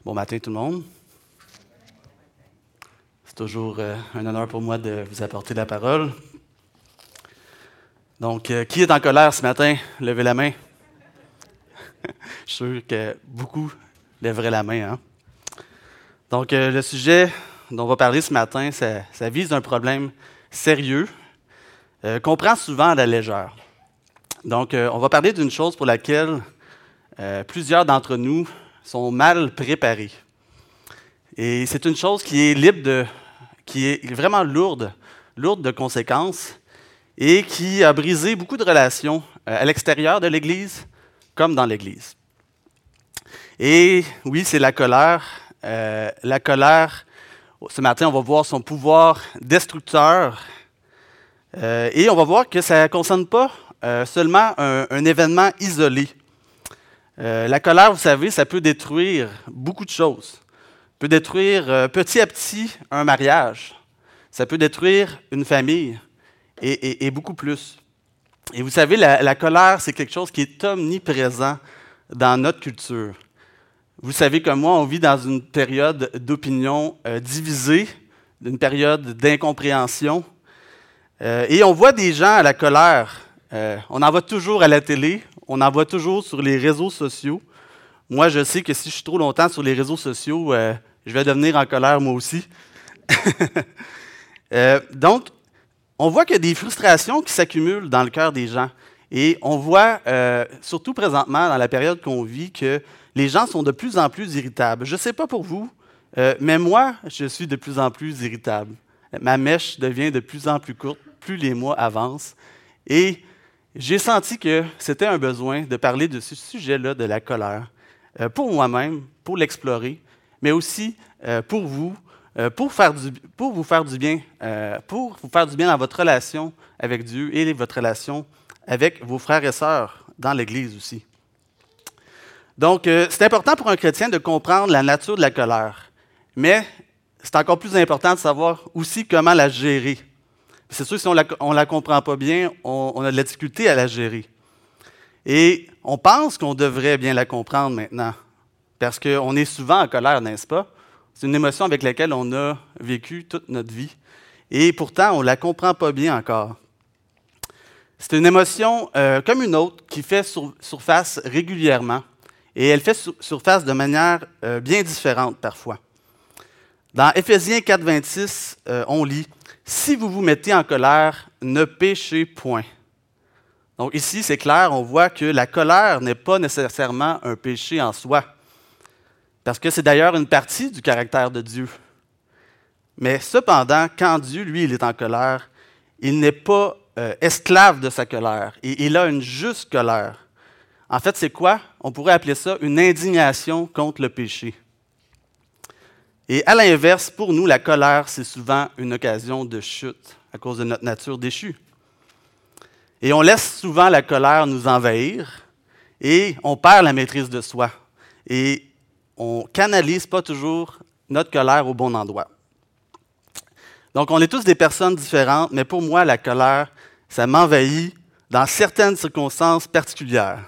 Bon matin tout le monde. C'est toujours un honneur pour moi de vous apporter la parole. Donc, qui est en colère ce matin? Levez la main. Je suis sûr que beaucoup lèveraient la main. Hein? Donc, le sujet dont on va parler ce matin, ça vise un problème sérieux qu'on prend souvent à la légère. Donc, on va parler d'une chose pour laquelle plusieurs d'entre nous sont mal préparés. Et c'est une chose qui est vraiment lourde de conséquences et qui a brisé beaucoup de relations à l'extérieur de l'Église comme dans l'Église. Et oui, c'est la colère. La colère, ce matin, on va voir son pouvoir destructeur. Et on va voir que ça ne concerne pas seulement un événement isolé. La colère, vous savez, ça peut détruire beaucoup de choses. Ça peut détruire petit à petit un mariage. Ça peut détruire une famille et beaucoup plus. Et vous savez, la colère, c'est quelque chose qui est omniprésent dans notre culture. Vous savez comme moi, on vit dans une période d'opinion divisée, une période d'incompréhension. Et on voit des gens à la colère. On en voit toujours à la télé, on en voit toujours sur les réseaux sociaux. Moi, je sais que si je suis trop longtemps sur les réseaux sociaux, je vais devenir en colère moi aussi. Donc, on voit qu'il y a des frustrations qui s'accumulent dans le cœur des gens. Et on voit, surtout présentement, dans la période qu'on vit, que les gens sont de plus en plus irritables. Je ne sais pas pour vous, mais moi, je suis de plus en plus irritable. Ma mèche devient de plus en plus courte, plus les mois avancent. Et j'ai senti que c'était un besoin de parler de ce sujet-là, de la colère, pour moi-même, pour l'explorer, mais aussi pour vous, pour vous faire du bien dans votre relation avec Dieu et votre relation avec vos frères et sœurs dans l'Église aussi. Donc, c'est important pour un chrétien de comprendre la nature de la colère, mais c'est encore plus important de savoir aussi comment la gérer. C'est sûr que si on ne la comprend pas bien, on a de la difficulté à la gérer. Et on pense qu'on devrait bien la comprendre maintenant, parce qu'on est souvent en colère, n'est-ce pas? C'est une émotion avec laquelle on a vécu toute notre vie. Et pourtant, on ne la comprend pas bien encore. C'est une émotion comme une autre qui fait surface régulièrement. Et elle fait surface de manière bien différente parfois. Dans Éphésiens 4, 26, on lit « Si vous vous mettez en colère, ne péchez point ». Donc ici, c'est clair, on voit que la colère n'est pas nécessairement un péché en soi. Parce que c'est d'ailleurs une partie du caractère de Dieu. Mais cependant, quand Dieu, lui, il est en colère, il n'est pas esclave de sa colère. Et il a une juste colère. En fait, c'est quoi? On pourrait appeler ça une indignation contre le péché. Et à l'inverse, pour nous, la colère, c'est souvent une occasion de chute à cause de notre nature déchue. Et on laisse souvent la colère nous envahir et on perd la maîtrise de soi. Et on ne canalise pas toujours notre colère au bon endroit. Donc, on est tous des personnes différentes, mais pour moi, la colère, ça m'envahit dans certaines circonstances particulières.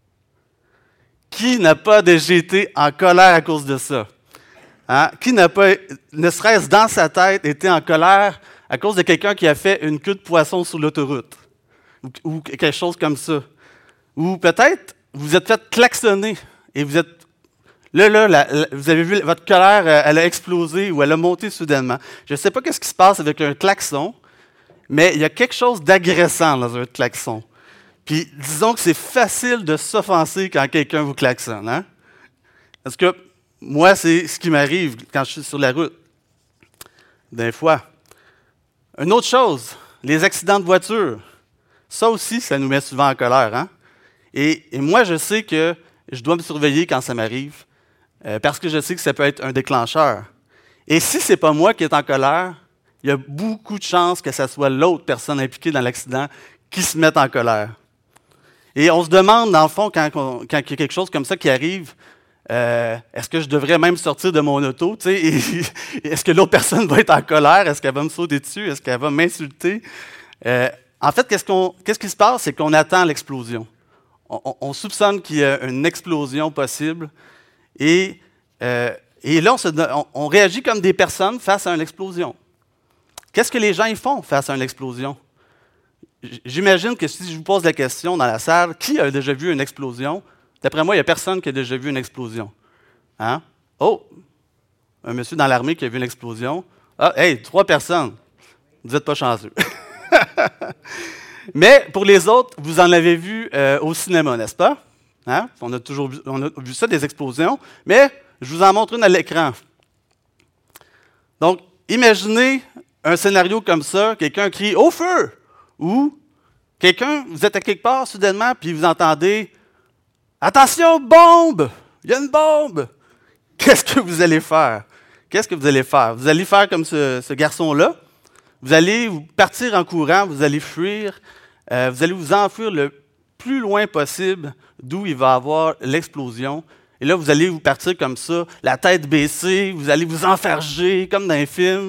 Qui n'a pas déjà été en colère à cause de ça? Hein? Qui n'a pas, ne serait-ce dans sa tête, été en colère à cause de quelqu'un qui a fait une queue de poisson sur l'autoroute? Ou quelque chose comme ça. Ou peut-être, vous êtes fait klaxonner et vous êtes... Là, vous avez vu, votre colère, elle a explosé ou elle a monté soudainement. Je ne sais pas ce qui se passe avec un klaxon, mais il y a quelque chose d'agressant dans un klaxon. Puis, disons que c'est facile de s'offenser quand quelqu'un vous klaxonne. Hein? Parce que moi, c'est ce qui m'arrive quand je suis sur la route. Des fois. Une autre chose, les accidents de voiture. Ça aussi, ça nous met souvent en colère. Hein? Et moi, je sais que je dois me surveiller quand ça m'arrive, parce que je sais que ça peut être un déclencheur. Et si ce n'est pas moi qui est en colère, il y a beaucoup de chances que ce soit l'autre personne impliquée dans l'accident qui se mette en colère. Et on se demande, dans le fond, quand il y a quelque chose comme ça qui arrive, est-ce que je devrais même sortir de mon auto? Est-ce que l'autre personne va être en colère? Est-ce qu'elle va me sauter dessus? Est-ce qu'elle va m'insulter? En fait, qu'est-ce qui se passe? C'est qu'on attend l'explosion. On soupçonne qu'il y a une explosion possible et Et là, on réagit comme des personnes face à une explosion. Qu'est-ce que les gens y font face à une explosion? J'imagine que si je vous pose la question dans la salle, qui a déjà vu une explosion? D'après moi, il n'y a personne qui a déjà vu une explosion. Hein? Oh! Un monsieur dans l'armée qui a vu une explosion. Ah, hey, 3 personnes. Vous n'êtes pas chanceux. Mais pour les autres, vous en avez vu au cinéma, n'est-ce pas? Hein? On a vu ça, des explosions. Mais je vous en montre une à l'écran. Donc, imaginez un scénario comme ça, quelqu'un crie « Au feu! » Ou vous êtes à quelque part soudainement, puis vous entendez « Attention, bombe! Il y a une bombe! » Qu'est-ce que vous allez faire? Qu'est-ce que vous allez faire? Vous allez faire comme ce garçon-là. Vous allez partir en courant, vous allez fuir, vous allez vous enfuir le plus loin possible d'où il va y avoir l'explosion. Et là, vous allez vous partir comme ça, la tête baissée, vous allez vous enfarger comme dans un film.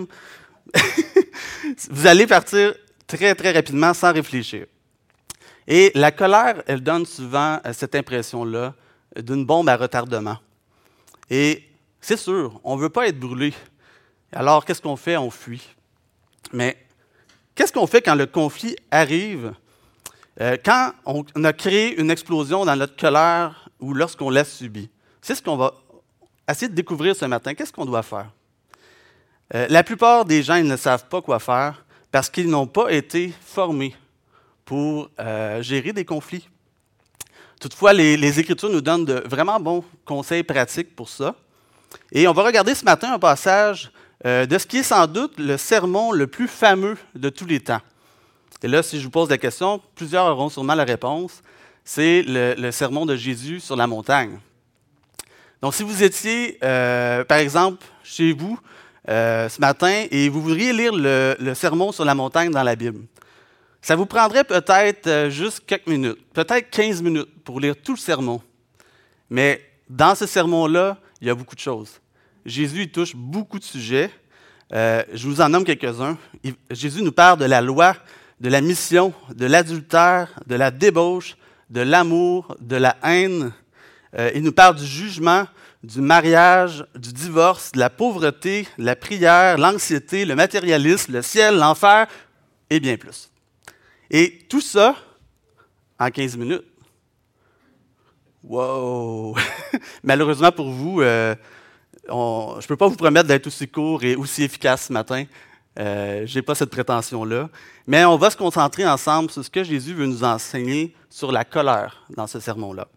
Vous allez partir très, très rapidement sans réfléchir. Et la colère, elle donne souvent cette impression-là d'une bombe à retardement. Et c'est sûr, on ne veut pas être brûlé. Alors, qu'est-ce qu'on fait? On fuit. Mais qu'est-ce qu'on fait quand le conflit arrive? Quand on a créé une explosion dans notre colère ou lorsqu'on l'a subie? C'est ce qu'on va essayer de découvrir ce matin. Qu'est-ce qu'on doit faire? La plupart des gens ils ne savent pas quoi faire parce qu'ils n'ont pas été formés pour gérer des conflits. Toutefois, les Écritures nous donnent de vraiment bons conseils pratiques pour ça. Et on va regarder ce matin un passage de ce qui est sans doute le sermon le plus fameux de tous les temps. Et là, si je vous pose la question, plusieurs auront sûrement la réponse. C'est le sermon de Jésus sur la montagne. Donc, si vous étiez, par exemple, chez vous ce matin et vous voudriez lire le sermon sur la montagne dans la Bible, ça vous prendrait peut-être juste quelques minutes, peut-être 15 minutes pour lire tout le sermon. Mais dans ce sermon-là, il y a beaucoup de choses. Jésus il touche beaucoup de sujets. Je vous en nomme quelques-uns. Jésus nous parle de la loi, de la mission, de l'adultère, de la débauche, de l'amour, de la haine. Il nous parle du jugement, du mariage, du divorce, de la pauvreté, la prière, l'anxiété, le matérialisme, le ciel, l'enfer et bien plus. Et tout ça en 15 minutes. Wow! Malheureusement pour vous, je ne peux pas vous promettre d'être aussi court et aussi efficace ce matin. Je n'ai pas cette prétention-là. Mais on va se concentrer ensemble sur ce que Jésus veut nous enseigner sur la colère dans ce sermon-là.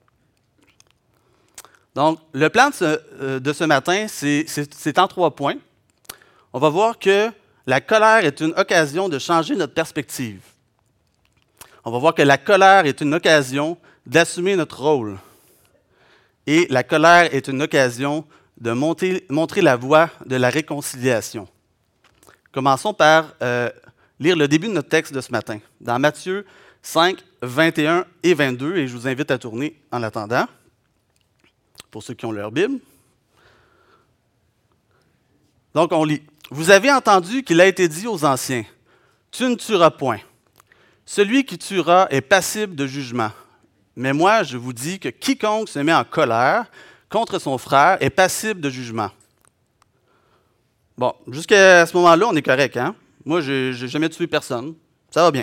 Donc, le plan de ce matin, c'est en 3 points. On va voir que la colère est une occasion de changer notre perspective. On va voir que la colère est une occasion d'assumer notre rôle. Et la colère est une occasion de montrer la voie de la réconciliation. Commençons par lire le début de notre texte de ce matin, dans Matthieu 5, 21 et 22, et je vous invite à tourner en attendant, pour ceux qui ont leur Bible. Donc, on lit. « Vous avez entendu qu'il a été dit aux anciens, « Tu ne tueras point. Celui qui tuera est passible de jugement. Mais moi, je vous dis que quiconque se met en colère contre son frère est passible de jugement. » Bon, jusqu'à ce moment-là, on est correct, hein? Moi, je n'ai jamais tué personne. Ça va bien.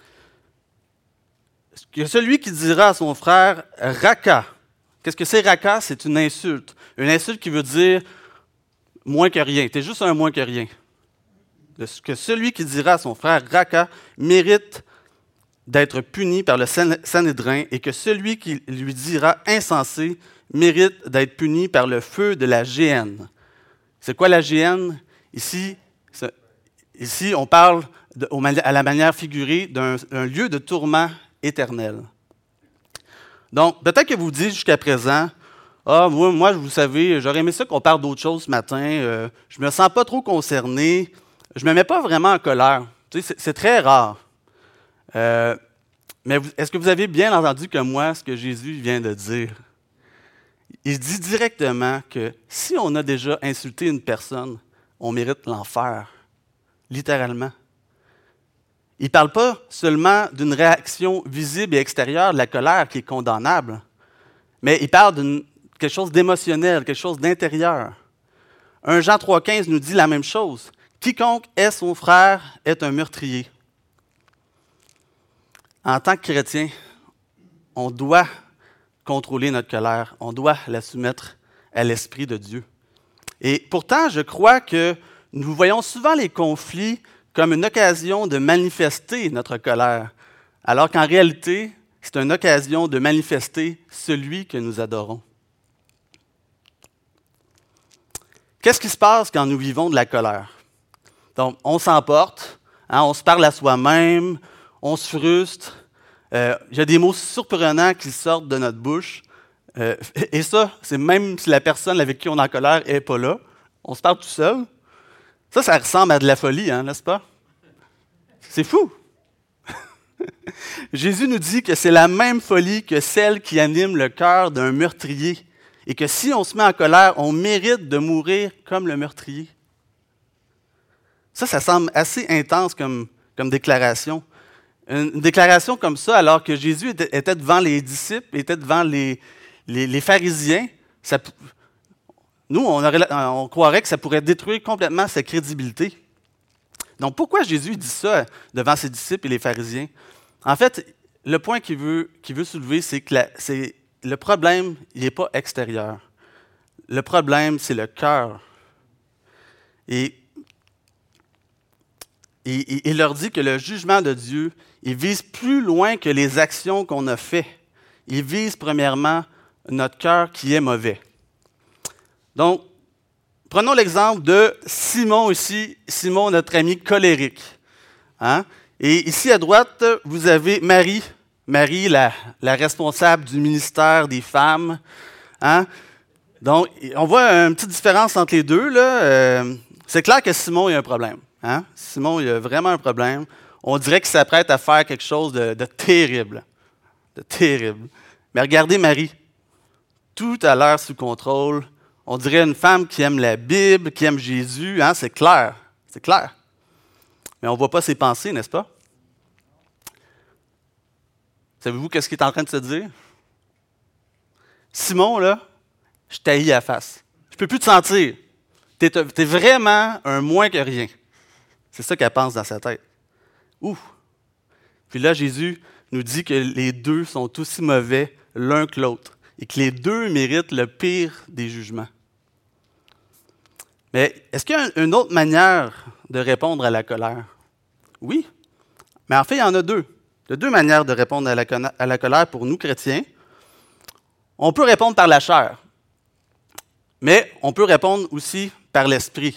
Que celui qui dira à son frère « Raka », qu'est-ce que c'est Raka? C'est une insulte. Une insulte qui veut dire « moins que rien ». Tu es juste un moins que rien. Que celui qui dira à son frère « Raka » mérite d'être puni par le Sanhédrin et que celui qui lui dira « insensé » mérite d'être puni par le feu de la géhenne. C'est quoi la géhenne? Ici, on parle à la manière figurée d'un lieu de tourment éternel. Donc, peut-être que vous dites jusqu'à présent, « Ah, moi, vous savez, j'aurais aimé ça qu'on parle d'autre chose ce matin. Je ne me sens pas trop concerné. Je ne me mets pas vraiment en colère. » Tu sais, c'est très rare. Mais est-ce que vous avez bien entendu comme moi ce que Jésus vient de dire? Il dit directement que si on a déjà insulté une personne, on mérite l'enfer, littéralement. Il ne parle pas seulement d'une réaction visible et extérieure de la colère qui est condamnable, mais il parle de quelque chose d'émotionnel, quelque chose d'intérieur. 1 Jean 3,15 nous dit la même chose. Quiconque est son frère est un meurtrier. En tant que chrétien, on doit contrôler notre colère, on doit la soumettre à l'Esprit de Dieu. Et pourtant, je crois que nous voyons souvent les conflits comme une occasion de manifester notre colère, alors qu'en réalité, c'est une occasion de manifester celui que nous adorons. Qu'est-ce qui se passe quand nous vivons de la colère? Donc, on s'emporte, on se parle à soi-même, on se frustre. Il y a des mots surprenants qui sortent de notre bouche. Et ça, c'est même si la personne avec qui on est en colère n'est pas là. On se parle tout seul. Ça ressemble à de la folie, n'est-ce pas? C'est fou! Jésus nous dit que c'est la même folie que celle qui anime le cœur d'un meurtrier. Et que si on se met en colère, on mérite de mourir comme le meurtrier. Ça semble assez intense comme déclaration. Une déclaration comme ça, alors que Jésus était devant les disciples, était devant les pharisiens, nous, on croirait que ça pourrait détruire complètement sa crédibilité. Donc, pourquoi Jésus dit ça devant ses disciples et les pharisiens? En fait, le point qu'il veut soulever, c'est que le problème, il n'est pas extérieur. Le problème, c'est le cœur. Et il leur dit que le jugement de Dieu, il vise plus loin que les actions qu'on a faites. Il vise premièrement notre cœur qui est mauvais. Donc, prenons l'exemple de Simon ici, Simon, notre ami colérique. Et ici à droite, vous avez Marie, la responsable du ministère des femmes. Donc, on voit une petite différence entre les deux, là. C'est clair que Simon, il a un problème. Simon, il a vraiment un problème. On dirait qu'il s'apprête à faire quelque chose de terrible. De terrible. Mais regardez Marie. Tout a l'air sous contrôle. On dirait une femme qui aime la Bible, qui aime Jésus. C'est clair. C'est clair. Mais on ne voit pas ses pensées, n'est-ce pas? Savez-vous qu'est-ce qu'il est en train de se dire? Simon, là, je t'haïs à la face. Je ne peux plus te sentir. Tu es vraiment un moins que rien. C'est ça qu'elle pense dans sa tête. Ouh! Puis là, Jésus nous dit que les deux sont aussi mauvais l'un que l'autre et que les deux méritent le pire des jugements. Mais est-ce qu'il y a une autre manière de répondre à la colère? Oui, mais en fait, il y en a deux. Il y a deux manières de répondre à la colère pour nous, chrétiens. On peut répondre par la chair, mais on peut répondre aussi par l'esprit.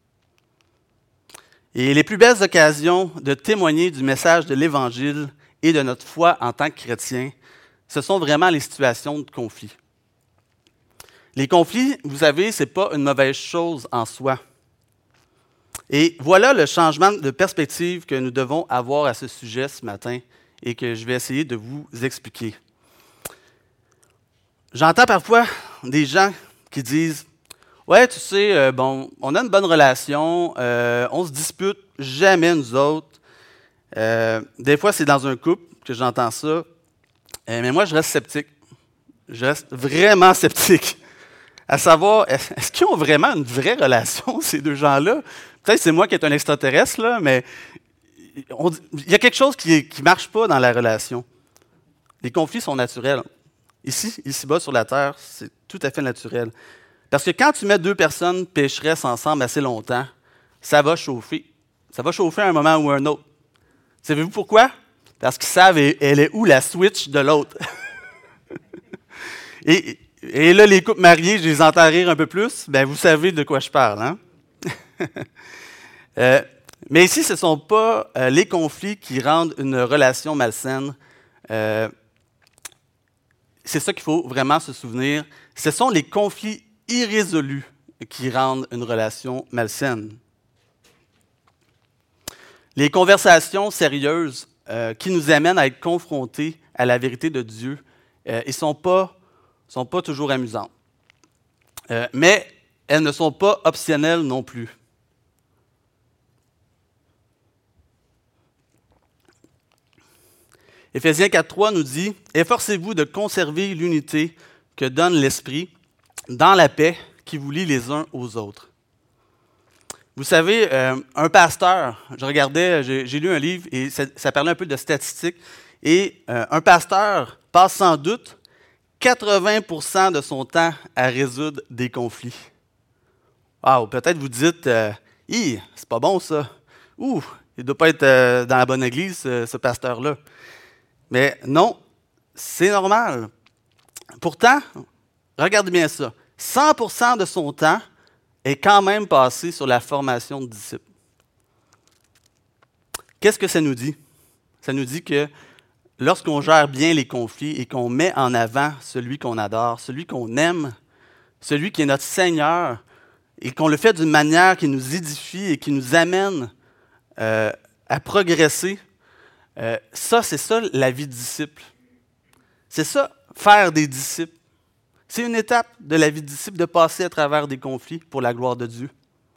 Et les plus belles occasions de témoigner du message de l'Évangile et de notre foi en tant que chrétiens, ce sont vraiment les situations de conflit. Les conflits, vous savez, ce n'est pas une mauvaise chose en soi. Et voilà le changement de perspective que nous devons avoir à ce sujet ce matin et que je vais essayer de vous expliquer. J'entends parfois des gens qui disent « Ouais, tu sais, on a une bonne relation, on se dispute jamais nous autres. Des fois, c'est dans un couple que j'entends ça. Mais moi, je reste sceptique. Je reste vraiment sceptique. À savoir, est-ce qu'ils ont vraiment une vraie relation, ces deux gens-là? Peut-être que c'est moi qui est un extraterrestre, là, mais il y a quelque chose qui ne marche pas dans la relation. Les conflits sont naturels. Ici-bas sur la Terre, c'est tout à fait naturel. Parce que quand tu mets deux personnes pécheresses ensemble assez longtemps, ça va chauffer. Ça va chauffer à un moment ou à un autre. Savez-vous pourquoi? Parce qu'ils savent elle est où la switch de l'autre. et là, les couples mariés, je les entends rire un peu plus. Ben, vous savez de quoi je parle, mais ici, ce ne sont pas les conflits qui rendent une relation malsaine. C'est ça qu'il faut vraiment se souvenir. Ce sont les conflits irrésolus qui rendent une relation malsaine. Les conversations sérieuses qui nous amènent à être confrontés à la vérité de Dieu, ils ne sont pas toujours amusantes. Mais elles ne sont pas optionnelles non plus. Éphésiens 4.3 nous dit « Efforcez-vous de conserver l'unité que donne l'Esprit dans la paix qui vous lie les uns aux autres. Vous savez, un pasteur, j'ai lu un livre et ça parlait un peu de statistiques, et un pasteur passe sans doute 80% de son temps à résoudre des conflits. Ah, ou peut-être vous dites, c'est pas bon ça. Ouh, il ne doit pas être dans la bonne église, ce pasteur-là. Mais non, c'est normal. Pourtant, regardez bien ça. 100% de son temps est quand même passé sur la formation de disciples. Qu'est-ce que ça nous dit? Ça nous dit que lorsqu'on gère bien les conflits et qu'on met en avant celui qu'on adore, celui qu'on aime, celui qui est notre Seigneur, et qu'on le fait d'une manière qui nous édifie et qui nous amène à progresser, c'est ça la vie de disciple. C'est ça, faire des disciples. C'est une étape de la vie de disciple de passer à travers des conflits pour la gloire de Dieu.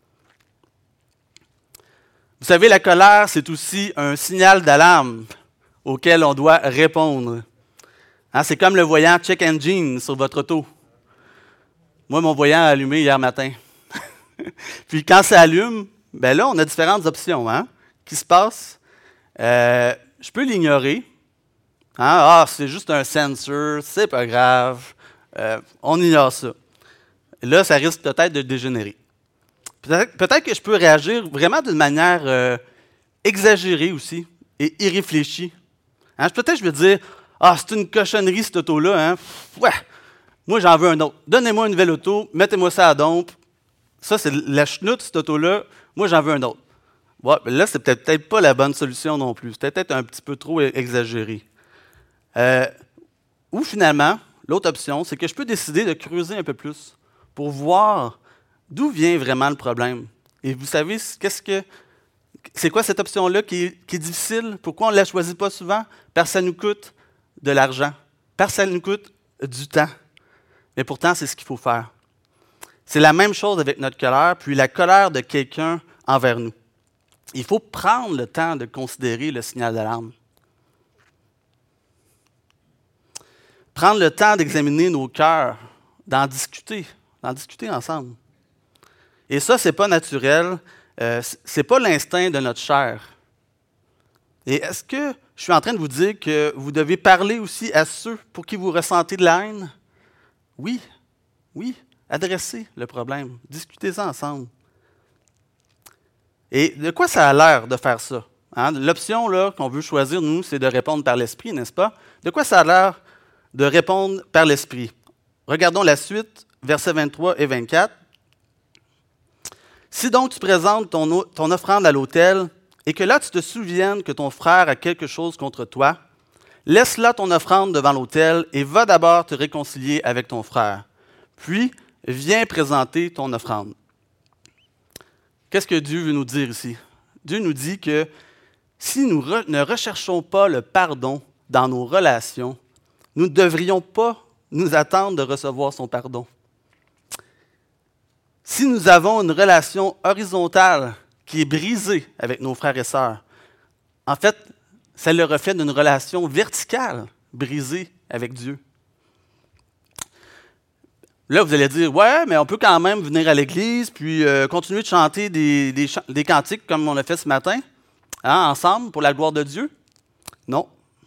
Vous savez, la colère, c'est aussi un signal d'alarme auquel on doit répondre. Hein, c'est comme le voyant check engine sur votre auto. Moi, mon voyant a allumé hier matin. Puis quand ça allume, ben là, on a différentes options. Hein, qui se passent. Je peux l'ignorer. Hein, c'est juste un sensor, c'est pas grave. On ignore ça. Là, ça risque peut-être de dégénérer. Peut-être que je peux réagir vraiment d'une manière exagérée aussi et irréfléchie. Hein, peut-être que je vais dire, c'est une cochonnerie cette auto-là. Hein? Ouais, moi j'en veux un autre. Donnez-moi une nouvelle auto, mettez-moi ça à dompe. Ça, c'est la chenoute, cette auto-là. Moi j'en veux un autre. Ouais, mais là, c'est peut-être pas la bonne solution non plus. C'est peut-être un petit peu trop exagéré. Ou finalement, l'autre option, c'est que je peux décider de creuser un peu plus pour voir d'où vient vraiment le problème. Et vous savez, c'est quoi cette option-là qui est difficile? Pourquoi on ne la choisit pas souvent? Parce que ça nous coûte de l'argent. Parce que ça nous coûte du temps. Mais pourtant, c'est ce qu'il faut faire. C'est la même chose avec notre colère, puis la colère de quelqu'un envers nous. Il faut prendre le temps de considérer le signal d'alarme. Prendre le temps d'examiner nos cœurs, d'en discuter ensemble. Et ça, ce n'est pas naturel, ce n'est pas l'instinct de notre chair. Et est-ce que je suis en train de vous dire que vous devez parler aussi à ceux pour qui vous ressentez de la haine? Oui, adressez le problème, discutez-en ensemble. Et de quoi ça a l'air de faire ça? Hein? L'option là, qu'on veut choisir, nous, c'est de répondre par l'esprit, n'est-ce pas? De quoi ça a l'air de répondre par l'esprit? Regardons la suite, versets 23 et 24. Si donc tu présentes ton offrande à l'autel, et que là tu te souviennes que ton frère a quelque chose contre toi, laisse là ton offrande devant l'autel et va d'abord te réconcilier avec ton frère. Puis, viens présenter ton offrande. Qu'est-ce que Dieu veut nous dire ici? Dieu nous dit que si nous ne recherchons pas le pardon dans nos relations, nous ne devrions pas nous attendre de recevoir son pardon. Si nous avons une relation horizontale qui est brisée avec nos frères et sœurs, en fait, c'est le reflet d'une relation verticale brisée avec Dieu. Là, vous allez dire, ouais, mais on peut quand même venir à l'église puis continuer de chanter des cantiques comme on a fait ce matin, hein, ensemble, pour la gloire de Dieu. Non.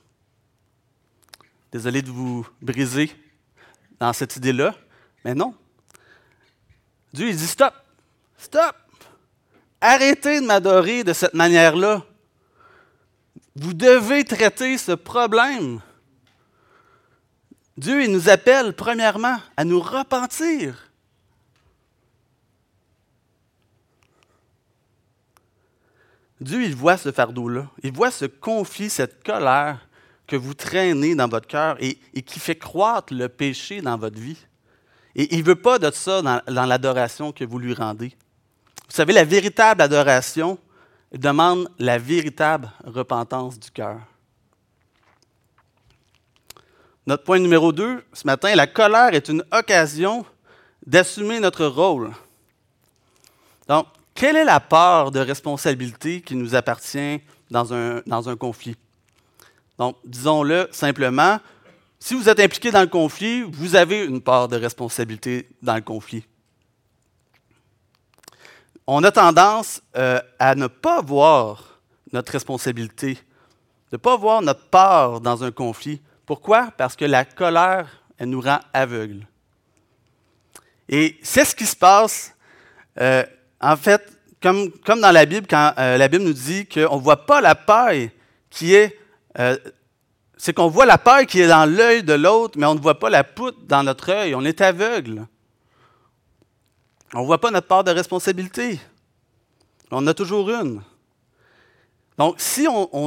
Désolé de vous briser dans cette idée-là, mais non. Dieu, il dit, stop, arrêtez de m'adorer de cette manière-là. Vous devez traiter ce problème. Dieu, il nous appelle, premièrement, à nous repentir. Dieu, il voit ce fardeau-là. Il voit ce conflit, cette colère que vous traînez dans votre cœur et qui fait croître le péché dans votre vie. Et il ne veut pas de ça dans l'adoration que vous lui rendez. Vous savez, la véritable adoration demande la véritable repentance du cœur. Notre point numéro 2, ce matin, la colère est une occasion d'assumer notre rôle. Donc, quelle est la part de responsabilité qui nous appartient dans un conflit? Donc, disons-le simplement, si vous êtes impliqué dans le conflit, vous avez une part de responsabilité dans le conflit. on a tendance à ne pas voir notre responsabilité, de ne pas voir notre part dans un conflit. Pourquoi? Parce que la colère, elle nous rend aveugles. Et c'est ce qui se passe, en fait, comme dans la Bible, quand la Bible nous dit qu'on ne voit pas la paille qui est... c'est qu'on voit la paille qui est dans l'œil de l'autre, mais on ne voit pas la poutre dans notre œil. On est aveugle. On ne voit pas notre part de responsabilité. On en a toujours une. Donc, si on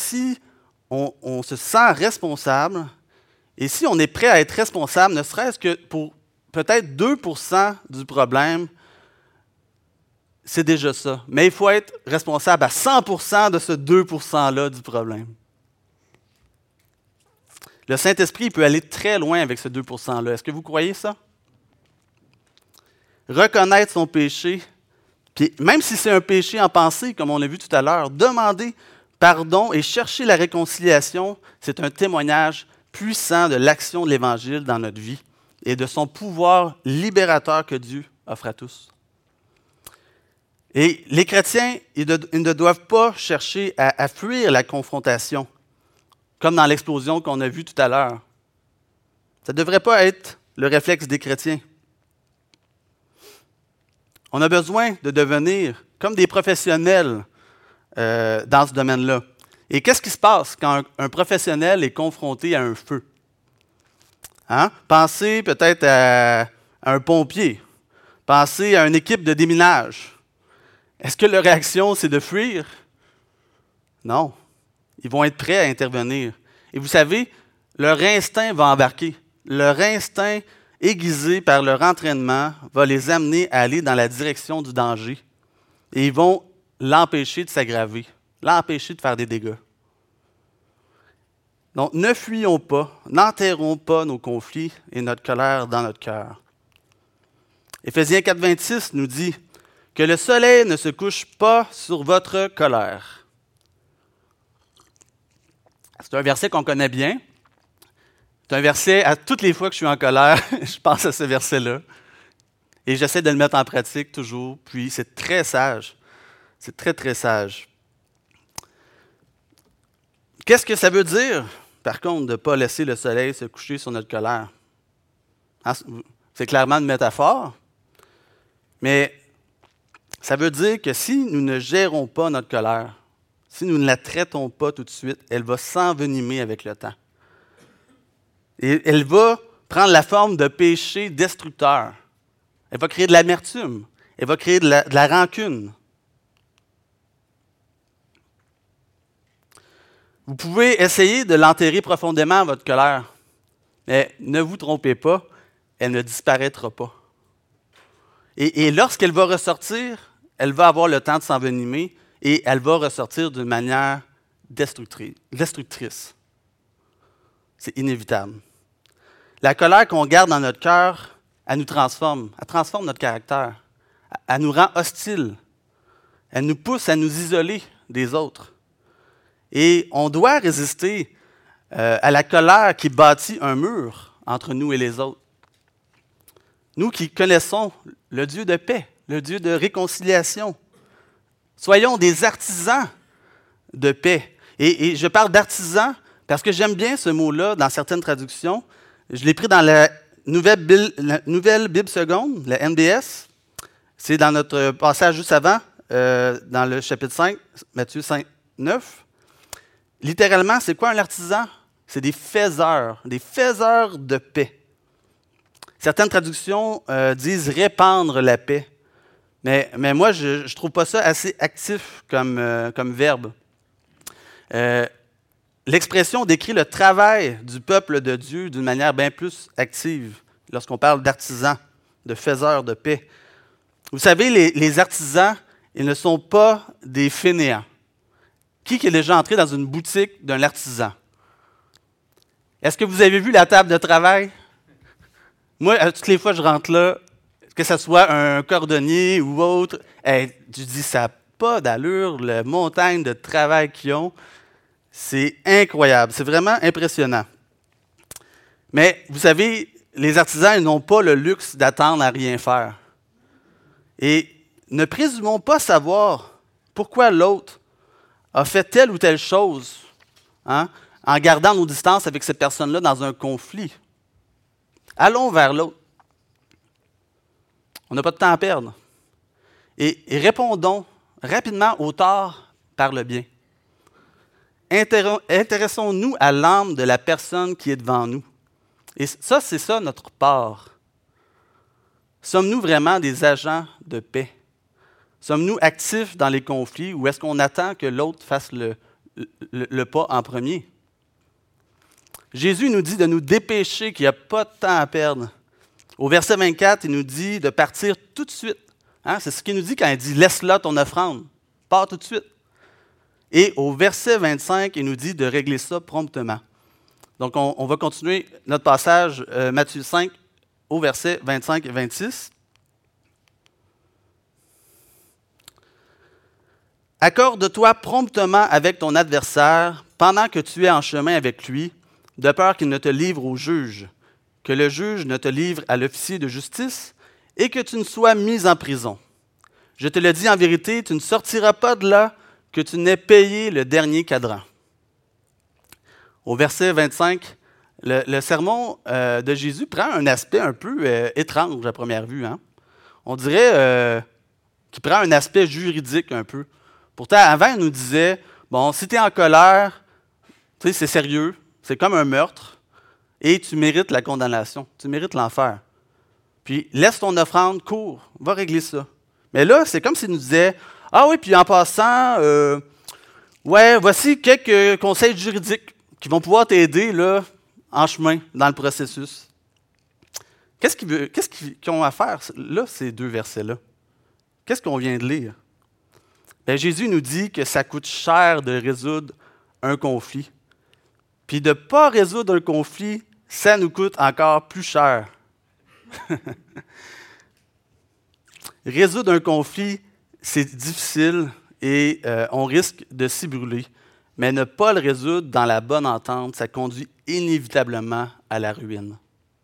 se sent responsable, et si on est prêt à être responsable, ne serait-ce que pour peut-être 2% du problème, c'est déjà ça. Mais il faut être responsable à 100% de ce 2%-là du problème. Le Saint-Esprit peut aller très loin avec ce 2%-là. Est-ce que vous croyez ça? Reconnaître son péché, puis même si c'est un péché en pensée, comme on l'a vu tout à l'heure, demander pardon et chercher la réconciliation, c'est un témoignage puissant de l'action de l'Évangile dans notre vie et de son pouvoir libérateur que Dieu offre à tous. Et les chrétiens, ils ne doivent pas chercher à fuir la confrontation, comme dans l'explosion qu'on a vue tout à l'heure. Ça ne devrait pas être le réflexe des chrétiens. On a besoin de devenir comme des professionnels dans ce domaine-là. Et qu'est-ce qui se passe quand un professionnel est confronté à un feu? Hein? Pensez peut-être à un pompier. Pensez à une équipe de déminage. Est-ce que leur réaction, c'est de fuir? Non. Ils vont être prêts à intervenir. Et vous savez, leur instinct va embarquer. Leur instinct aiguisé par leur entraînement, va les amener à aller dans la direction du danger. Et ils vont l'empêcher de s'aggraver, l'empêcher de faire des dégâts. Donc, ne fuyons pas, n'enterrons pas nos conflits et notre colère dans notre cœur. Éphésiens 4,26 nous dit que le soleil ne se couche pas sur votre colère. C'est un verset qu'on connaît bien. C'est un verset, à toutes les fois que je suis en colère, je pense à ce verset-là. Et j'essaie de le mettre en pratique toujours. Puis c'est très sage. C'est très, très sage. Qu'est-ce que ça veut dire, par contre, de ne pas laisser le soleil se coucher sur notre colère? C'est clairement une métaphore. Mais ça veut dire que si nous ne gérons pas notre colère, si nous ne la traitons pas tout de suite, elle va s'envenimer avec le temps. Et elle va prendre la forme de péché destructeur. Elle va créer de l'amertume. Elle va créer de la rancune. Vous pouvez essayer de l'enterrer profondément, votre colère. Mais ne vous trompez pas, elle ne disparaîtra pas. Et lorsqu'elle va ressortir, elle va avoir le temps de s'envenimer et elle va ressortir d'une manière destructrice. C'est inévitable. La colère qu'on garde dans notre cœur, elle nous transforme. Elle transforme notre caractère. Elle nous rend hostiles. Elle nous pousse à nous isoler des autres. Et on doit résister à la colère qui bâtit un mur entre nous et les autres. Nous qui connaissons le Dieu de paix, le Dieu de réconciliation, soyons des artisans de paix. Et je parle d'artisans parce que j'aime bien ce mot-là dans certaines traductions. Je l'ai pris dans la Nouvelle Bible seconde, la NBS. C'est dans notre passage juste avant, dans le chapitre 5, Matthieu 5, 9. Littéralement, c'est quoi un artisan? C'est des faiseurs de paix. Certaines traductions disent répandre la paix. Mais moi, je ne trouve pas ça assez actif comme verbe. L'expression décrit le travail du peuple de Dieu d'une manière bien plus active lorsqu'on parle d'artisans, de faiseurs de paix. Vous savez, les artisans, ils ne sont pas des fainéants. Qui est déjà entré dans une boutique d'un artisan? Est-ce que vous avez vu la table de travail? Moi, toutes les fois que je rentre là, que ce soit un cordonnier ou autre, je dis, ça n'a pas d'allure, la montagne de travail qu'ils ont. C'est incroyable, c'est vraiment impressionnant. Mais vous savez, les artisans ils n'ont pas le luxe d'attendre à rien faire. Et ne présumons pas savoir pourquoi l'autre a fait telle ou telle chose, hein, en gardant nos distances avec cette personne-là dans un conflit. Allons vers l'autre. On n'a pas de temps à perdre. Et répondons rapidement au tort par le bien. Intéressons-nous à l'âme de la personne qui est devant nous. Et ça, c'est ça notre part. Sommes-nous vraiment des agents de paix? Sommes-nous actifs dans les conflits ou est-ce qu'on attend que l'autre fasse le pas en premier? Jésus nous dit de nous dépêcher, qu'il n'y a pas de temps à perdre. Au verset 24, il nous dit de partir tout de suite. Hein? C'est ce qu'il nous dit quand il dit « Laisse là ton offrande, pars tout de suite ». Et au verset 25, il nous dit de régler ça promptement. Donc, on va continuer notre passage, Matthieu 5, au verset 25 et 26. « Accorde-toi promptement avec ton adversaire pendant que tu es en chemin avec lui, de peur qu'il ne te livre au juge, que le juge ne te livre à l'officier de justice et que tu ne sois mis en prison. Je te le dis en vérité, tu ne sortiras pas de là que tu n'aies payé le dernier cadran. » Au verset 25, le sermon de Jésus prend un aspect un peu étrange à première vue. Hein? On dirait qu'il prend un aspect juridique un peu. Pourtant, avant, il nous disait, bon, si tu es en colère, tu sais, c'est sérieux, c'est comme un meurtre, et tu mérites la condamnation, tu mérites l'enfer. Puis, laisse ton offrande, cours, va régler ça. Mais là, c'est comme s'il nous disait, ah oui, puis en passant, ouais, voici quelques conseils juridiques qui vont pouvoir t'aider là, en chemin dans le processus. Qu'est-ce qu'ils ont à faire, là, ces deux versets-là? Qu'est-ce qu'on vient de lire? Bien, Jésus nous dit que ça coûte cher de résoudre un conflit. Puis de ne pas résoudre un conflit, ça nous coûte encore plus cher. Résoudre un conflit, c'est difficile et on risque de s'y brûler. Mais ne pas le résoudre dans la bonne entente, ça conduit inévitablement à la ruine.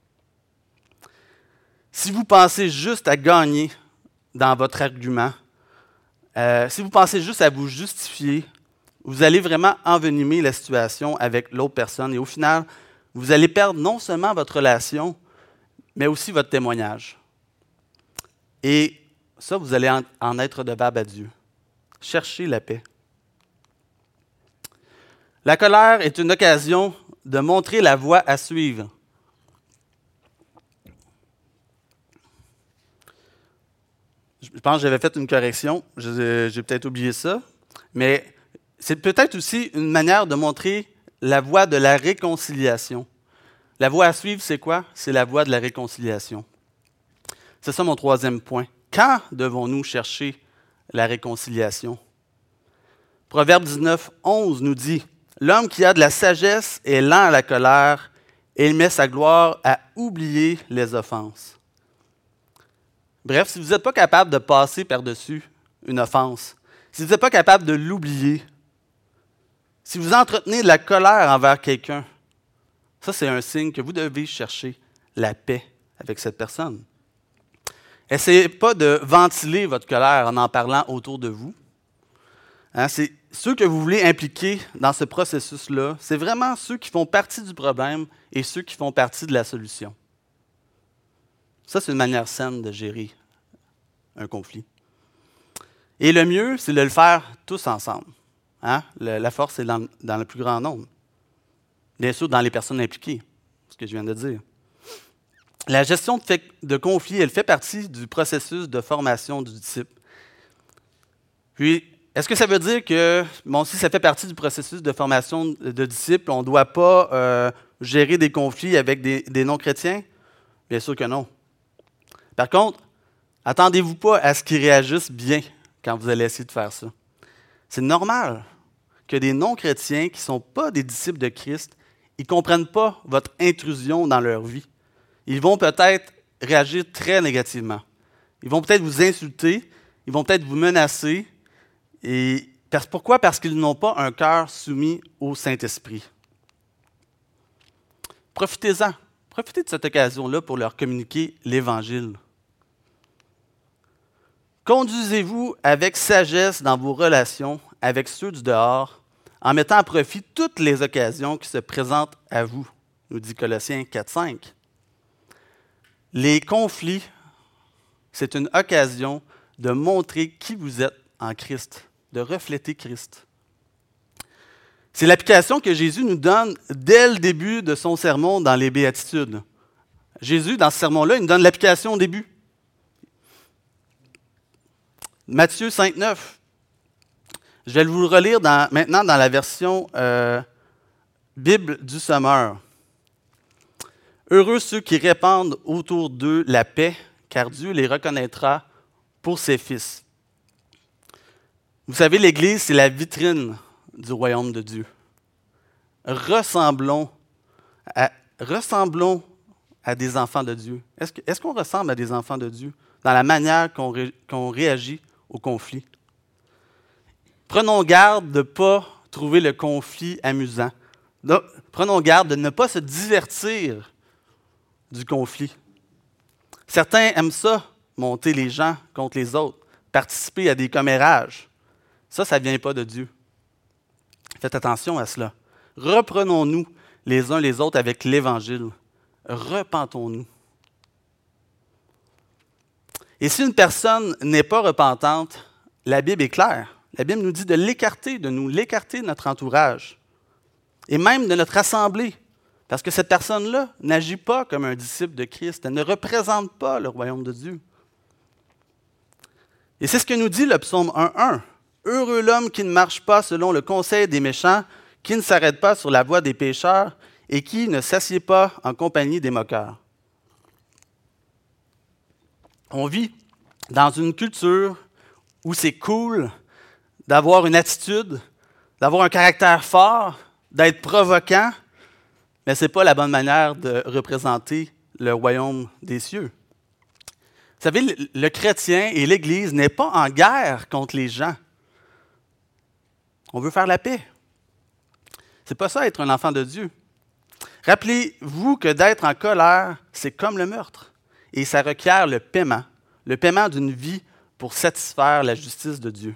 Si vous pensez juste à gagner dans votre argument, si vous pensez juste à vous justifier, vous allez vraiment envenimer la situation avec l'autre personne et au final, vous allez perdre non seulement votre relation, mais aussi votre témoignage. Et ça, vous allez en être redevable à Dieu. Cherchez la paix. La colère est une occasion de montrer la voie à suivre. Je pense que j'avais fait une correction, j'ai peut-être oublié ça, mais c'est peut-être aussi une manière de montrer la voie de la réconciliation. La voie à suivre, c'est quoi? C'est la voie de la réconciliation. C'est ça mon troisième point. Quand devons-nous chercher la réconciliation? Proverbe 19, 11 nous dit « L'homme qui a de la sagesse est lent à la colère et il met sa gloire à oublier les offenses. » Bref, si vous n'êtes pas capable de passer par-dessus une offense, si vous n'êtes pas capable de l'oublier, si vous entretenez de la colère envers quelqu'un, ça c'est un signe que vous devez chercher la paix avec cette personne. Essayez pas de ventiler votre colère en parlant autour de vous. Hein, c'est ceux que vous voulez impliquer dans ce processus-là, c'est vraiment ceux qui font partie du problème et ceux qui font partie de la solution. Ça, c'est une manière saine de gérer un conflit. Et le mieux, c'est de le faire tous ensemble. Hein? La force est dans le plus grand nombre. Bien sûr, dans les personnes impliquées, ce que je viens de dire. La gestion de conflits, elle fait partie du processus de formation du disciple. Puis, est-ce que ça veut dire que, bon, si ça fait partie du processus de formation de disciples, on ne doit pas gérer des conflits avec des non-chrétiens? Bien sûr que non. Par contre, attendez-vous pas à ce qu'ils réagissent bien quand vous allez essayer de faire ça. C'est normal que des non-chrétiens qui ne sont pas des disciples de Christ, ils ne comprennent pas votre intrusion dans leur vie. Ils vont peut-être réagir très négativement. Ils vont peut-être vous insulter, ils vont peut-être vous menacer. Et pourquoi? Parce qu'ils n'ont pas un cœur soumis au Saint-Esprit. Profitez-en. Profitez de cette occasion-là pour leur communiquer l'Évangile. Conduisez-vous avec sagesse dans vos relations avec ceux du dehors, en mettant à profit toutes les occasions qui se présentent à vous, nous dit Colossiens 4,5. Les conflits, c'est une occasion de montrer qui vous êtes en Christ, de refléter Christ. C'est l'application que Jésus nous donne dès le début de son sermon dans les Béatitudes. Jésus, dans ce sermon-là, il nous donne l'application au début. Matthieu 5,9. Je vais vous le relire maintenant dans la version Bible du Sommeur. Heureux ceux qui répandent autour d'eux la paix, car Dieu les reconnaîtra pour ses fils. Vous savez, l'Église, c'est la vitrine du royaume de Dieu. Ressemblons à des enfants de Dieu. Est-ce qu'on ressemble à des enfants de Dieu dans la manière qu'on réagit au conflit? Prenons garde de ne pas trouver le conflit amusant. Prenons garde de ne pas se divertir du conflit. Certains aiment ça, monter les gens contre les autres, participer à des commérages. Ça ne vient pas de Dieu. Faites attention à cela. Reprenons-nous les uns les autres avec l'Évangile. Repentons-nous. Et si une personne n'est pas repentante, la Bible est claire. La Bible nous dit de l'écarter de nous, l'écarter de notre entourage et même de notre assemblée. Parce que cette personne-là n'agit pas comme un disciple de Christ. Elle ne représente pas le royaume de Dieu. Et c'est ce que nous dit le psaume 1,1. « Heureux l'homme qui ne marche pas selon le conseil des méchants, qui ne s'arrête pas sur la voie des pécheurs et qui ne s'assied pas en compagnie des moqueurs. » On vit dans une culture où c'est cool d'avoir une attitude, d'avoir un caractère fort, d'être provoquant, mais ce n'est pas la bonne manière de représenter le royaume des cieux. Vous savez, le chrétien et l'Église n'est pas en guerre contre les gens. On veut faire la paix. C'est pas ça être un enfant de Dieu. Rappelez-vous que d'être en colère, c'est comme le meurtre. Et ça requiert le paiement d'une vie pour satisfaire la justice de Dieu.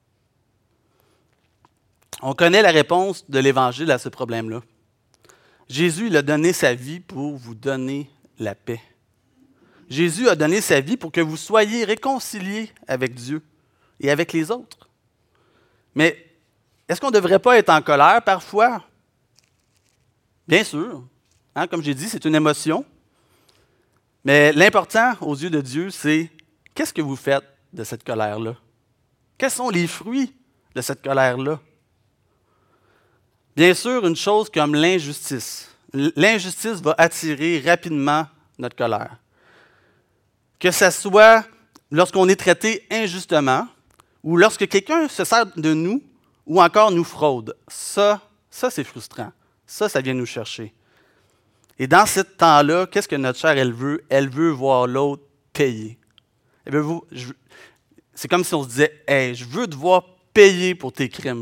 On connaît la réponse de l'Évangile à ce problème-là. Jésus il a donné sa vie pour vous donner la paix. Jésus a donné sa vie pour que vous soyez réconciliés avec Dieu et avec les autres. Mais est-ce qu'on ne devrait pas être en colère parfois? Bien sûr. Comme j'ai dit, c'est une émotion. Mais l'important aux yeux de Dieu, c'est qu'est-ce que vous faites de cette colère-là? Quels sont les fruits de cette colère-là? Bien sûr, une chose comme l'injustice. L'injustice va attirer rapidement notre colère. Que ce soit lorsqu'on est traité injustement ou lorsque quelqu'un se sert de nous ou encore nous fraude. Ça c'est frustrant. Ça vient nous chercher. Et dans ce temps-là, qu'est-ce que notre chair, elle veut? Elle veut voir l'autre payer. C'est comme si on se disait, « Hey, je veux devoir payer pour tes crimes. »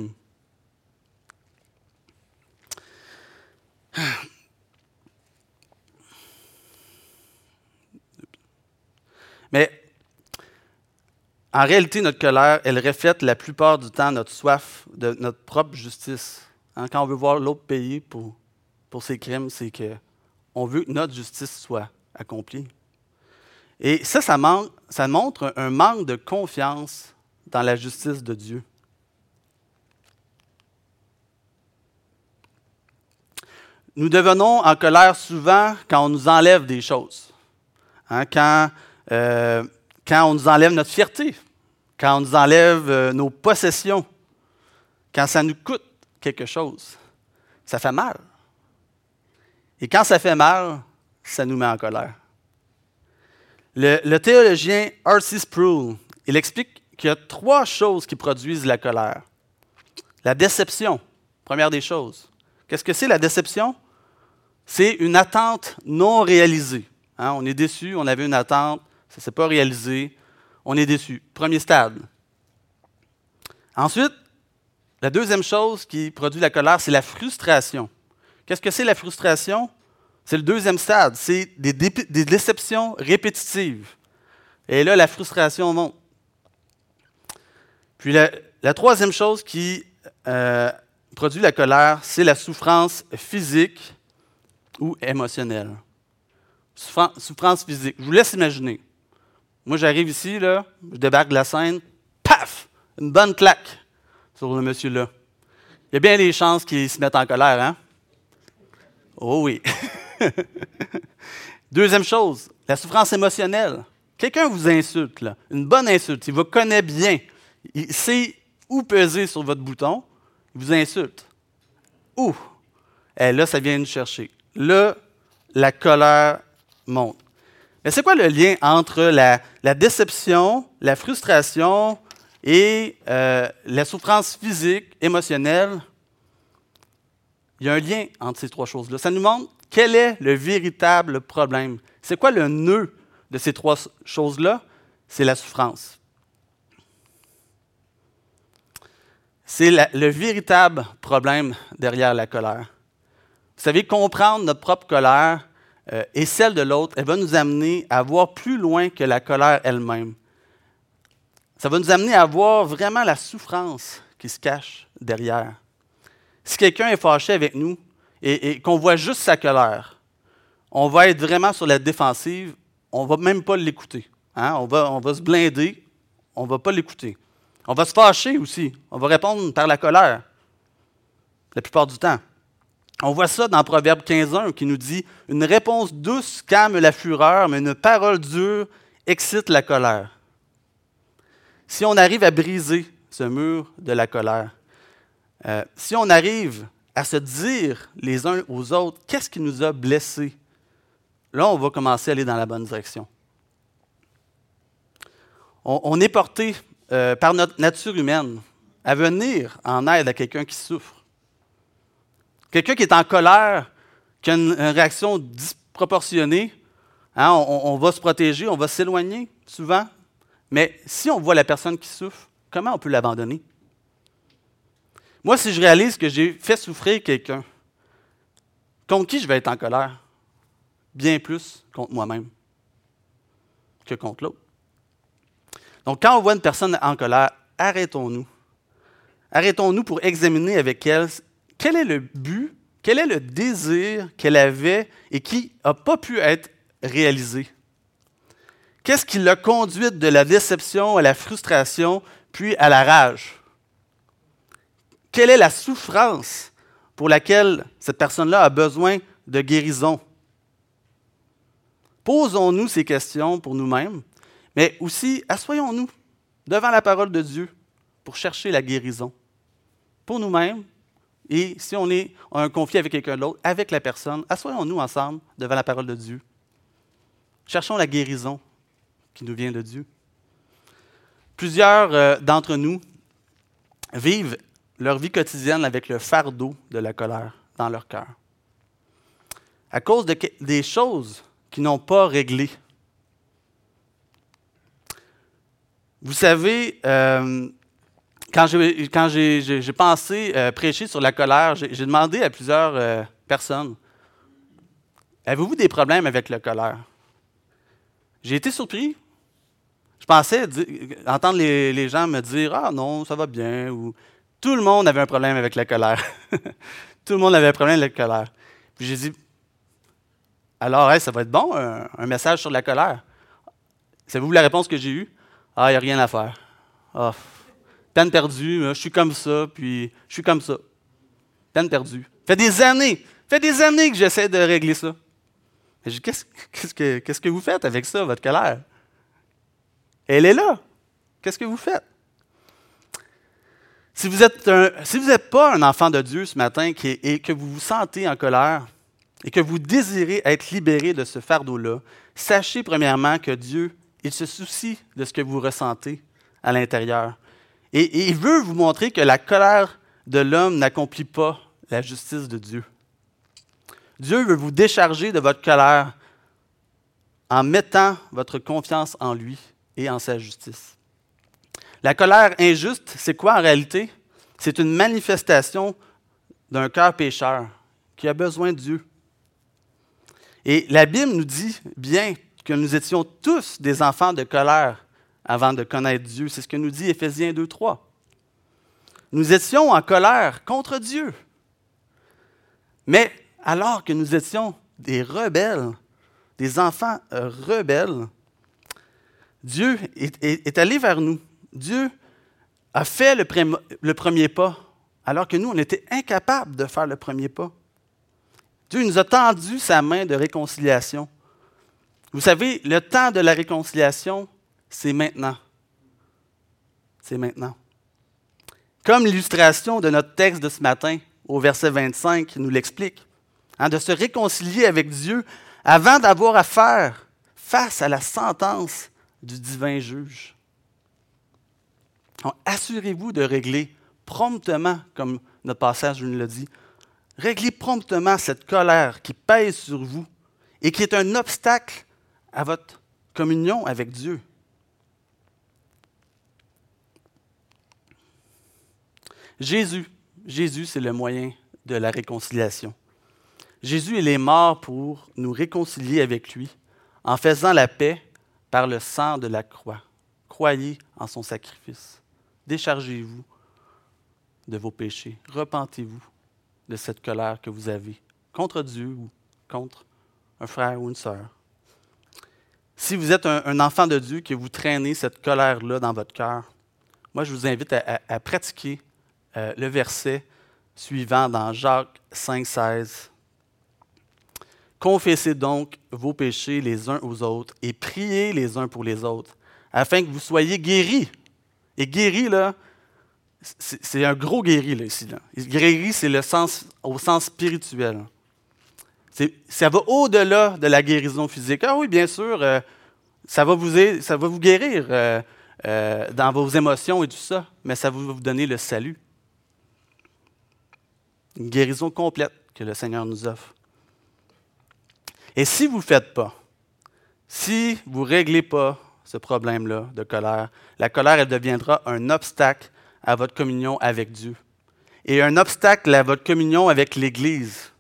Mais en réalité, notre colère, elle reflète la plupart du temps notre soif de notre propre justice. Quand on veut voir l'autre payer pour ses crimes, c'est qu'on veut que notre justice soit accomplie. Et ça montre un manque de confiance dans la justice de Dieu. Nous devenons en colère souvent quand on nous enlève des choses. Quand on nous enlève notre fierté, quand on nous enlève nos possessions, quand ça nous coûte quelque chose, ça fait mal. Et quand ça fait mal, ça nous met en colère. Le théologien R.C. Sproul, il explique qu'il y a 3 choses qui produisent la colère. La déception, première des choses. Qu'est-ce que c'est la déception? C'est une attente non réalisée. On est déçu, on avait une attente, ça ne s'est pas réalisé, on est déçu. Premier stade. Ensuite, la deuxième chose qui produit la colère, c'est la frustration. Qu'est-ce que c'est la frustration? C'est le deuxième stade, c'est des déceptions répétitives. Et là, la frustration monte. Puis la troisième chose qui produit la colère, c'est la souffrance physique ou émotionnelle. Souffrance physique. Je vous laisse imaginer. Moi, j'arrive ici, là, je débarque de la scène, paf! Une bonne claque sur le monsieur là. Il y a bien des chances qu'il se mette en colère, hein? Oh oui. Deuxième chose, la souffrance émotionnelle. Quelqu'un vous insulte, là, une bonne insulte, il vous connaît bien, il sait où peser sur votre bouton, il vous insulte. Ouh! Et là, ça vient nous chercher. Là, la colère monte. Mais c'est quoi le lien entre la déception, la frustration et la souffrance physique, émotionnelle? Il y a un lien entre ces trois choses-là. Ça nous montre quel est le véritable problème. C'est quoi le nœud de ces trois choses-là? C'est la souffrance. C'est le véritable problème derrière la colère. Vous savez, comprendre notre propre colère et celle de l'autre, elle va nous amener à voir plus loin que la colère elle-même. Ça va nous amener à voir vraiment la souffrance qui se cache derrière. Si quelqu'un est fâché avec nous et qu'on voit juste sa colère, on va être vraiment sur la défensive, on ne va même pas l'écouter. Hein? On va se blinder, on ne va pas l'écouter. On va se fâcher aussi, on va répondre par la colère, la plupart du temps. On voit ça dans Proverbe 15.1 qui nous dit « Une réponse douce calme la fureur, mais une parole dure excite la colère. » Si on arrive à briser ce mur de la colère, si on arrive à se dire les uns aux autres, qu'est-ce qui nous a blessés? Là, on va commencer à aller dans la bonne direction. On est porté par notre nature humaine à venir en aide à quelqu'un qui souffre. Quelqu'un qui est en colère, qui a une réaction disproportionnée, hein, on va se protéger, on va s'éloigner souvent. Mais si on voit la personne qui souffre, comment on peut l'abandonner? Moi, si je réalise que j'ai fait souffrir quelqu'un, contre qui je vais être en colère? Bien plus contre moi-même que contre l'autre. Donc, quand on voit une personne en colère, arrêtons-nous. Arrêtons-nous pour examiner avec elle quel est le but, quel est le désir qu'elle avait et qui n'a pas pu être réalisé. Qu'est-ce qui l'a conduite de la déception à la frustration, puis à la rage? Quelle est la souffrance pour laquelle cette personne-là a besoin de guérison? Posons-nous ces questions pour nous-mêmes, mais aussi assoyons-nous devant la parole de Dieu pour chercher la guérison. Pour nous-mêmes, et si on a un conflit avec quelqu'un d'autre, avec la personne, assoyons-nous ensemble devant la parole de Dieu. Cherchons la guérison qui nous vient de Dieu. Plusieurs d'entre nous vivent leur vie quotidienne avec le fardeau de la colère dans leur cœur. À cause des choses qu'ils n'ont pas réglées. Vous savez, quand j'ai pensé prêcher sur la colère, j'ai demandé à plusieurs personnes, avez-vous des problèmes avec la colère? J'ai été surpris. Je pensais entendre les gens me dire « Ah non, ça va bien » ou tout le monde avait un problème avec la colère. Tout le monde avait un problème avec la colère. Puis j'ai dit « Alors, ça va être bon, un message sur la colère. » Savez-vous la réponse que j'ai eue? « Ah, il n'y a rien à faire. Ah, peine perdue, je suis comme ça, puis je suis comme ça. Peine perdue. Fait des années que j'essaie de régler ça. » J'ai dit, qu'est-ce que vous faites avec ça, votre colère? Elle est là. Qu'est-ce que vous faites? Si vous n'êtes pas un enfant de Dieu ce matin et que vous vous sentez en colère et que vous désirez être libéré de ce fardeau-là, sachez premièrement que Dieu, il se soucie de ce que vous ressentez à l'intérieur. Et il veut vous montrer que la colère de l'homme n'accomplit pas la justice de Dieu. Dieu veut vous décharger de votre colère en mettant votre confiance en lui et en sa justice. La colère injuste, c'est quoi en réalité? C'est une manifestation d'un cœur pécheur qui a besoin de Dieu. Et la Bible nous dit bien que nous étions tous des enfants de colère avant de connaître Dieu. C'est ce que nous dit Éphésiens 2.3. Nous étions en colère contre Dieu. Mais alors que nous étions des rebelles, des enfants rebelles, Dieu est allé vers nous. Dieu a fait le premier pas, alors que nous, on était incapables de faire le premier pas. Dieu nous a tendu sa main de réconciliation. Vous savez, le temps de la réconciliation, c'est maintenant. C'est maintenant. Comme l'illustration de notre texte de ce matin, au verset 25, nous l'explique, de se réconcilier avec Dieu avant d'avoir à faire face à la sentence du divin juge. Donc, assurez-vous de régler promptement, comme notre passage nous l'a dit, réglez promptement cette colère qui pèse sur vous et qui est un obstacle à votre communion avec Dieu. Jésus, c'est le moyen de la réconciliation. Jésus, il est mort pour nous réconcilier avec lui en faisant la paix par le sang de la croix. Croyez en son sacrifice. Déchargez-vous de vos péchés. Repentez-vous de cette colère que vous avez contre Dieu ou contre un frère ou une sœur. Si vous êtes un enfant de Dieu, que vous traînez cette colère-là dans votre cœur, moi, je vous invite à pratiquer le verset suivant dans Jacques 5,16. Confessez donc vos péchés les uns aux autres et priez les uns pour les autres, afin que vous soyez guéris. Et guéris, là, c'est un gros guéri, là, ici. Là. Guéri, c'est le sens, au sens spirituel. Ça va au-delà de la guérison physique. Ah oui, bien sûr, ça va vous guérir dans vos émotions et tout ça, mais ça va vous donner le salut. Une guérison complète que le Seigneur nous offre. Et si vous ne le faites pas, si vous ne réglez pas ce problème-là de colère, la colère, elle deviendra un obstacle à votre communion avec Dieu et un obstacle à votre communion avec l'Église.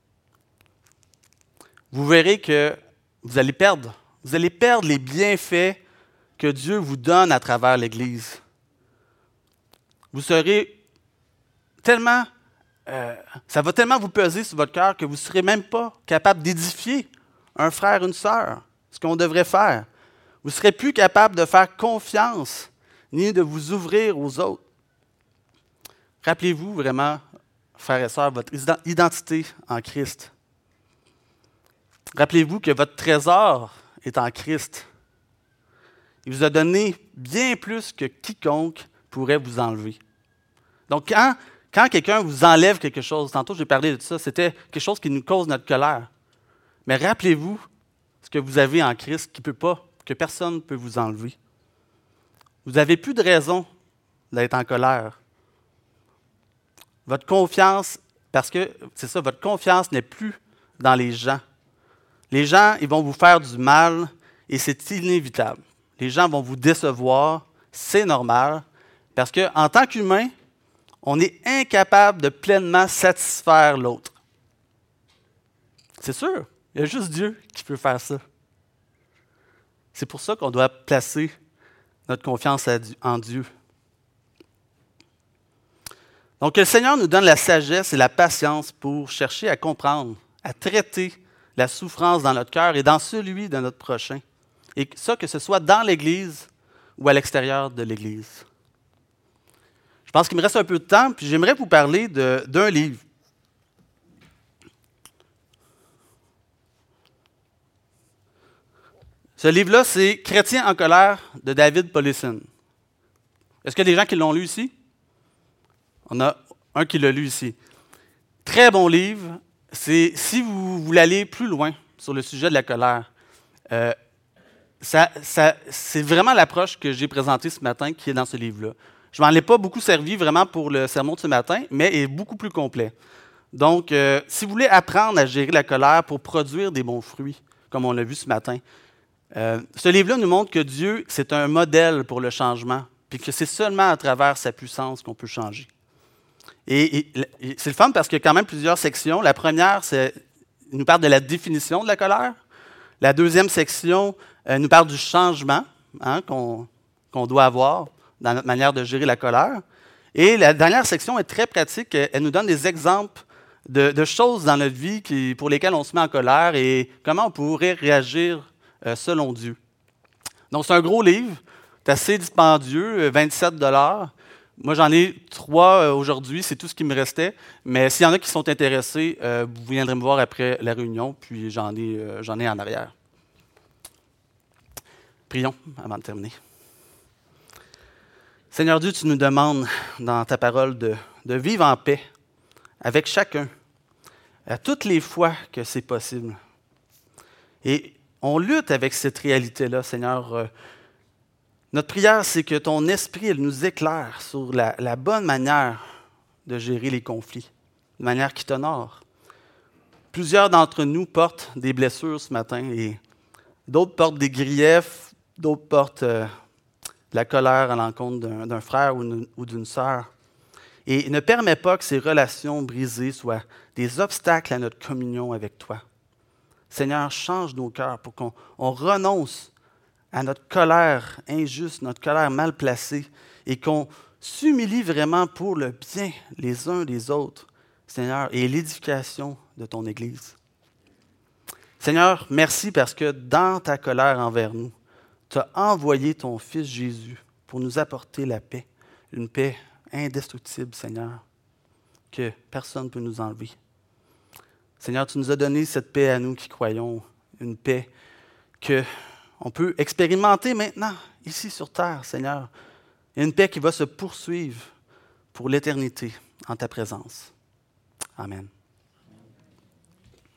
Vous verrez que vous allez perdre les bienfaits que Dieu vous donne à travers l'Église. Vous serez tellement... ça va tellement vous peser sur votre cœur que vous ne serez même pas capable d'édifier un frère, une sœur, ce qu'on devrait faire. Vous ne serez plus capable de faire confiance, ni de vous ouvrir aux autres. Rappelez-vous vraiment, frères et sœurs, votre identité en Christ. Rappelez-vous que votre trésor est en Christ. Il vous a donné bien plus que quiconque pourrait vous enlever. Donc, quand quelqu'un vous enlève quelque chose, tantôt j'ai parlé de ça, c'était quelque chose qui nous cause notre colère. Mais rappelez-vous ce que vous avez en Christ que personne ne peut vous enlever. Vous n'avez plus de raison d'être en colère. Votre confiance, parce que c'est ça, votre confiance n'est plus dans les gens. Les gens, ils vont vous faire du mal et c'est inévitable. Les gens vont vous décevoir, c'est normal, parce qu'en tant qu'humain, on est incapable de pleinement satisfaire l'autre. C'est sûr, il y a juste Dieu qui peut faire ça. C'est pour ça qu'on doit placer notre confiance en Dieu. Donc, le Seigneur nous donne la sagesse et la patience pour chercher à comprendre, à traiter la souffrance dans notre cœur et dans celui de notre prochain. Et ça, que ce soit dans l'Église ou à l'extérieur de l'Église. Je pense qu'il me reste un peu de temps, puis j'aimerais vous parler d'un livre. Ce livre-là, c'est « Chrétien en colère » de David Powlison. Est-ce qu'il y a des gens qui l'ont lu ici? On a un qui l'a lu ici. Très bon livre. Si vous voulez aller plus loin sur le sujet de la colère, c'est vraiment l'approche que j'ai présentée ce matin qui est dans ce livre-là. Je ne m'en ai pas beaucoup servi vraiment pour le sermon de ce matin, mais il est beaucoup plus complet. Donc, si vous voulez apprendre à gérer la colère pour produire des bons fruits, comme on l'a vu ce matin, ce livre-là nous montre que Dieu, c'est un modèle pour le changement, puis que c'est seulement à travers sa puissance qu'on peut changer. Et c'est le fun parce qu'il y a quand même plusieurs sections. La première, il nous parle de la définition de la colère. La deuxième section nous parle du changement qu'on doit avoir dans notre manière de gérer la colère. Et la dernière section est très pratique. Elle nous donne des exemples de choses dans notre vie pour lesquelles on se met en colère et comment on pourrait réagir selon Dieu. Donc, c'est un gros livre, c'est assez dispendieux, 27 $. Moi, j'en ai 3 aujourd'hui, c'est tout ce qui me restait. Mais s'il y en a qui sont intéressés, vous viendrez me voir après la réunion, puis j'en ai en arrière. Prions avant de terminer. Seigneur Dieu, tu nous demandes dans ta parole de vivre en paix avec chacun, à toutes les fois que c'est possible. Et on lutte avec cette réalité-là, Seigneur. Notre prière, c'est que ton esprit elle nous éclaire sur la bonne manière de gérer les conflits, de manière qui t'honore. Plusieurs d'entre nous portent des blessures ce matin et d'autres portent des griefs, d'autres portent la colère à l'encontre d'un frère ou d'une sœur. Et ne permets pas que ces relations brisées soient des obstacles à notre communion avec toi. Seigneur, change nos cœurs pour qu'on renonce à notre colère injuste, notre colère mal placée, et qu'on s'humilie vraiment pour le bien les uns des autres, Seigneur, et l'édification de ton Église. Seigneur, merci parce que dans ta colère envers nous, tu as envoyé ton Fils Jésus pour nous apporter la paix, une paix indestructible, Seigneur, que personne ne peut nous enlever. Seigneur, tu nous as donné cette paix à nous qui croyons, une paix qu'on peut expérimenter maintenant, ici sur terre, Seigneur. Une paix qui va se poursuivre pour l'éternité en ta présence. Amen.